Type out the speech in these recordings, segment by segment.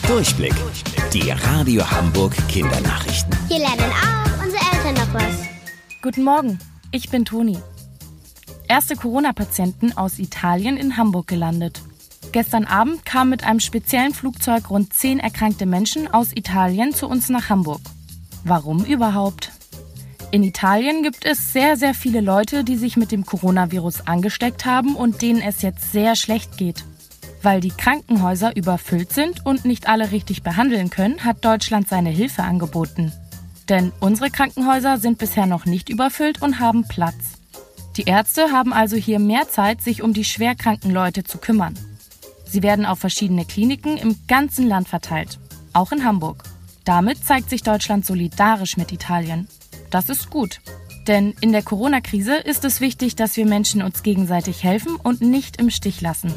Durchblick. Die Radio Hamburg Kindernachrichten. Hier lernen auch unsere Eltern noch was. Guten Morgen, ich bin Toni. Erste Corona-Patienten aus Italien in Hamburg gelandet. Gestern Abend kamen mit einem speziellen Flugzeug rund 10 erkrankte Menschen aus Italien zu uns nach Hamburg. Warum überhaupt? In Italien gibt es sehr, sehr viele Leute, die sich mit dem Coronavirus angesteckt haben und denen es jetzt sehr schlecht geht. Weil die Krankenhäuser überfüllt sind und nicht alle richtig behandeln können, hat Deutschland seine Hilfe angeboten. Denn unsere Krankenhäuser sind bisher noch nicht überfüllt und haben Platz. Die Ärzte haben also hier mehr Zeit, sich um die schwerkranken Leute zu kümmern. Sie werden auf verschiedene Kliniken im ganzen Land verteilt, auch in Hamburg. Damit zeigt sich Deutschland solidarisch mit Italien. Das ist gut, denn in der Corona-Krise ist es wichtig, dass wir Menschen uns gegenseitig helfen und nicht im Stich lassen.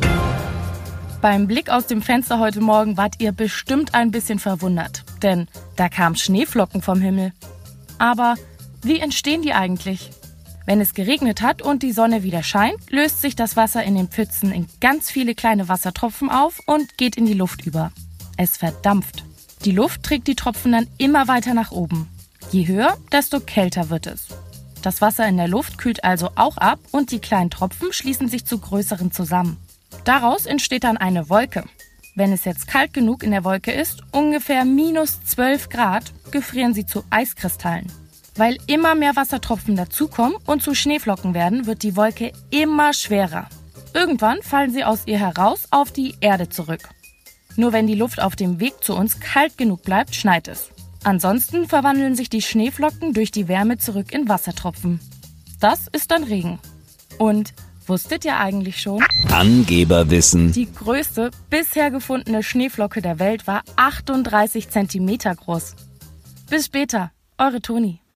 Beim Blick aus dem Fenster heute Morgen wart ihr bestimmt ein bisschen verwundert, denn da kamen Schneeflocken vom Himmel. Aber wie entstehen die eigentlich? Wenn es geregnet hat und die Sonne wieder scheint, löst sich das Wasser in den Pfützen in ganz viele kleine Wassertropfen auf und geht in die Luft über. Es verdampft. Die Luft trägt die Tropfen dann immer weiter nach oben. Je höher, desto kälter wird es. Das Wasser in der Luft kühlt also auch ab und die kleinen Tropfen schließen sich zu größeren zusammen. Daraus entsteht dann eine Wolke. Wenn es jetzt kalt genug in der Wolke ist, ungefähr -12 Grad, gefrieren sie zu Eiskristallen. Weil immer mehr Wassertropfen dazukommen und zu Schneeflocken werden, wird die Wolke immer schwerer. Irgendwann fallen sie aus ihr heraus auf die Erde zurück. Nur wenn die Luft auf dem Weg zu uns kalt genug bleibt, schneit es. Ansonsten verwandeln sich die Schneeflocken durch die Wärme zurück in Wassertropfen. Das ist dann Regen. Und wusstet ihr eigentlich schon? Angeberwissen. Die größte bisher gefundene Schneeflocke der Welt war 38 Zentimeter groß. Bis später, eure Toni.